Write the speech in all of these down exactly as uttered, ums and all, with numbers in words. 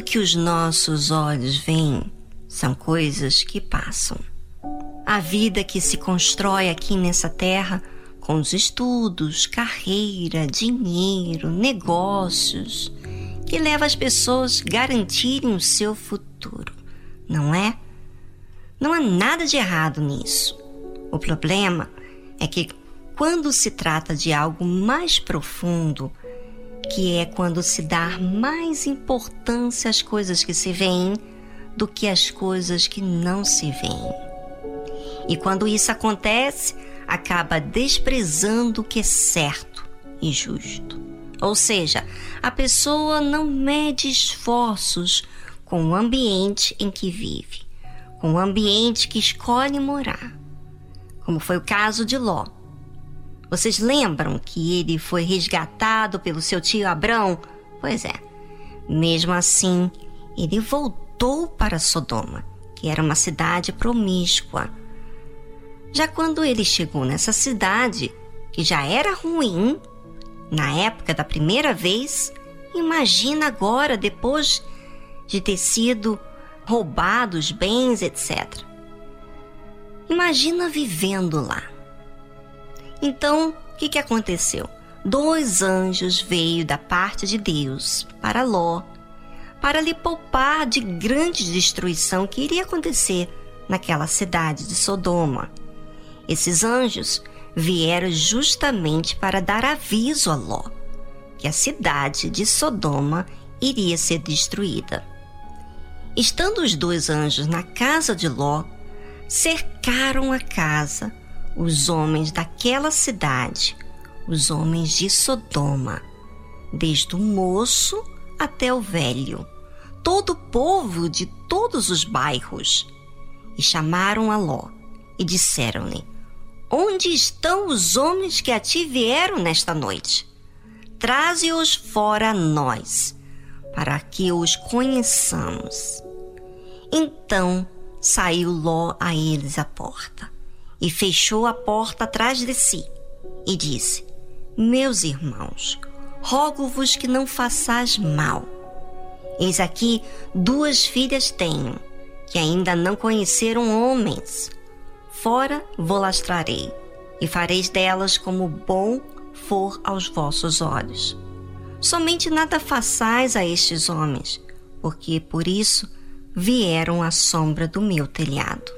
que os nossos olhos veem são coisas que passam. A vida que se constrói aqui nessa terra com os estudos, carreira, dinheiro, negócios, que leva as pessoas a garantirem o seu futuro, não é? Não há nada de errado nisso. O problema é que quando se trata de algo mais profundo, que é quando se dá mais importância às coisas que se veem do que às coisas que não se veem. E quando isso acontece, acaba desprezando o que é certo e justo. Ou seja, a pessoa não mede esforços com o ambiente em que vive, com o ambiente que escolhe morar, como foi o caso de Ló. Vocês lembram que ele foi resgatado pelo seu tio Abrão? Pois é, mesmo assim, ele voltou para Sodoma, que era uma cidade promíscua. Já quando ele chegou nessa cidade, que já era ruim, na época da primeira vez, imagina agora, depois de ter sido roubados bens, etcétera. Imagina vivendo lá. Então, o que, que aconteceu? Dois anjos veio da parte de Deus para Ló, para lhe poupar de grande destruição que iria acontecer naquela cidade de Sodoma. Esses anjos vieram justamente para dar aviso a Ló, que a cidade de Sodoma iria ser destruída. Estando os dois anjos na casa de Ló, cercaram a casa os homens daquela cidade, os homens de Sodoma, desde o moço até o velho, todo o povo de todos os bairros, e chamaram a Ló e disseram-lhe: onde estão os homens que a ti vieram nesta noite? Traze-os fora a nós, para que os conheçamos. Então saiu Ló a eles à porta, e fechou a porta atrás de si, e disse: meus irmãos, rogo-vos que não façais mal. Eis aqui duas filhas tenho, que ainda não conheceram homens. Fora vou-las trarei, e fareis delas como bom for aos vossos olhos. Somente nada façais a estes homens, porque por isso vieram à sombra do meu telhado.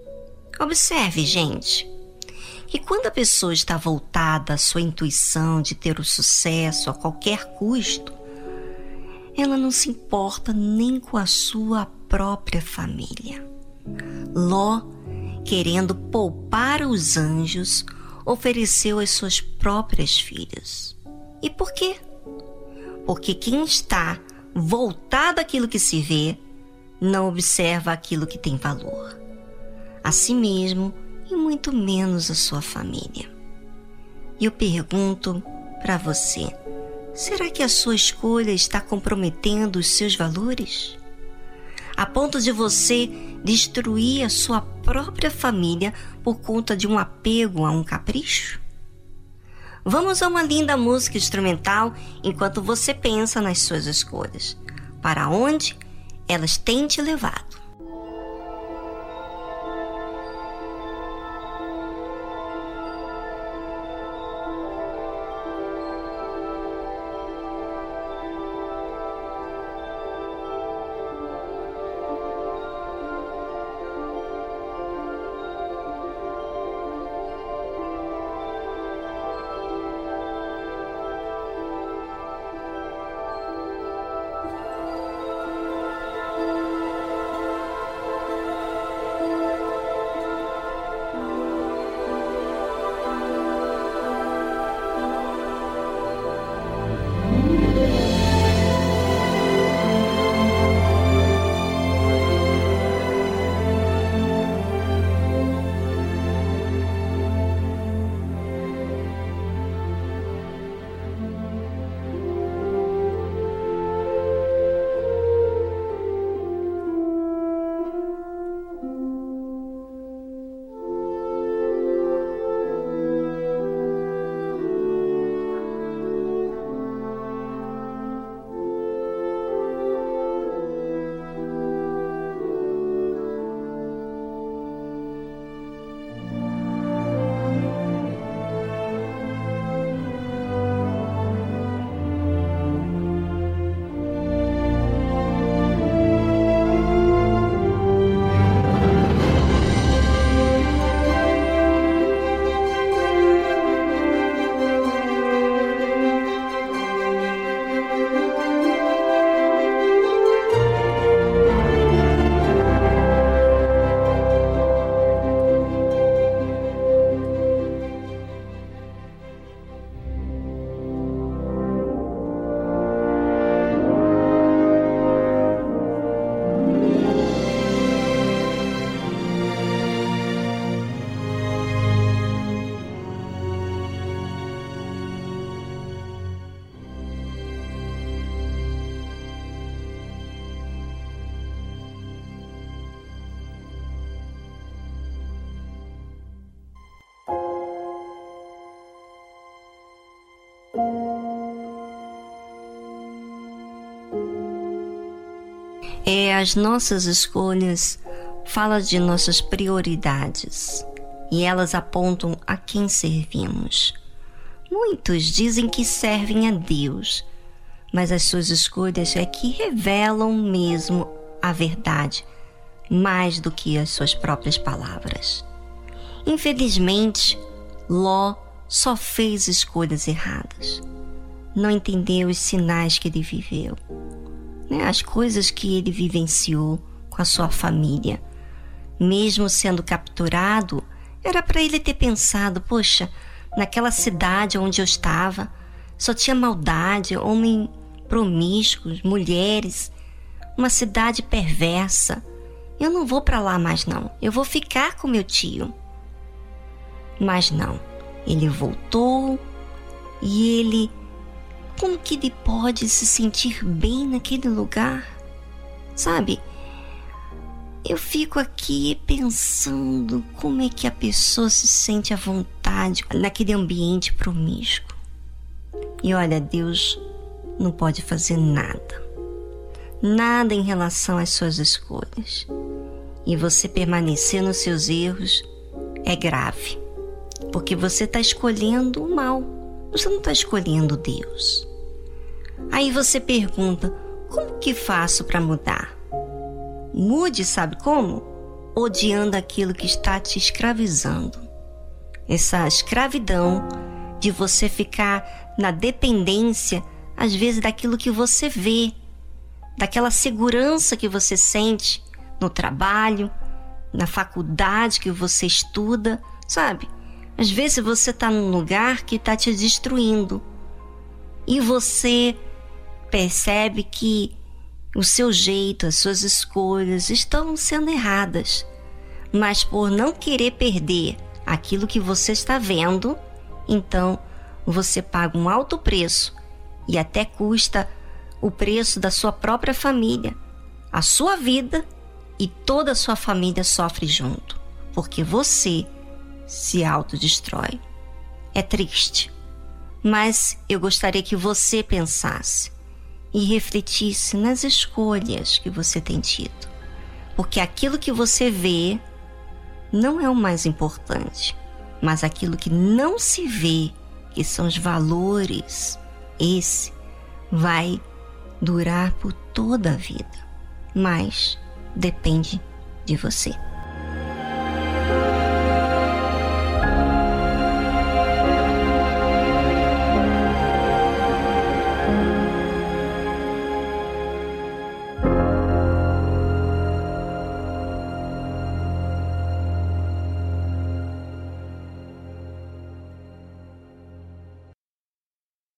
Observe, gente, que quando a pessoa está voltada à sua intuição de ter o sucesso a qualquer custo, ela não se importa nem com a sua própria família. Ló, querendo poupar os anjos, ofereceu as suas próprias filhas. E por quê? Porque quem está voltado àquilo que se vê, não observa aquilo que tem valor. A si mesmo e muito menos a sua família. E eu pergunto para você, será que a sua escolha está comprometendo os seus valores? A ponto de você destruir a sua própria família por conta de um apego a um capricho? Vamos a uma linda música instrumental enquanto você pensa nas suas escolhas. Para onde elas têm te levado? É, as nossas escolhas falam de nossas prioridades e elas apontam a quem servimos. Muitos dizem que servem a Deus, mas as suas escolhas é que revelam mesmo a verdade, mais do que as suas próprias palavras. Infelizmente, Ló só fez escolhas erradas. Não entendeu os sinais que ele viveu, né? As coisas que ele vivenciou com a sua família. Mesmo sendo capturado, era para ele ter pensado, poxa, naquela cidade onde eu estava, só tinha maldade, homens promíscuos, mulheres, uma cidade perversa. Eu não vou para lá mais não, eu vou ficar com meu tio. Mas não, ele voltou e ele, como que ele pode se sentir bem naquele lugar? Sabe, eu fico aqui pensando como é que a pessoa se sente à vontade naquele ambiente promíscuo. E olha, Deus não pode fazer nada, nada em relação às suas escolhas. E você permanecer nos seus erros é grave, porque você está escolhendo o mal, você não está escolhendo Deus. Aí você pergunta, como que faço para mudar? Mude, sabe como? Odiando aquilo que está te escravizando. Essa escravidão de você ficar na dependência, às vezes, daquilo que você vê, daquela segurança que você sente no trabalho, na faculdade que você estuda, sabe? Às vezes você está num lugar que está te destruindo e você percebe que o seu jeito, as suas escolhas estão sendo erradas, mas por não querer perder aquilo que você está vendo, então você paga um alto preço e até custa o preço da sua própria família, a sua vida, e toda a sua família sofre junto, porque você se autodestrói. É triste, mas eu gostaria que você pensasse e refletisse nas escolhas que você tem tido, porque aquilo que você vê não é o mais importante, mas aquilo que não se vê, que são os valores, esse vai durar por toda a vida, mas depende de você.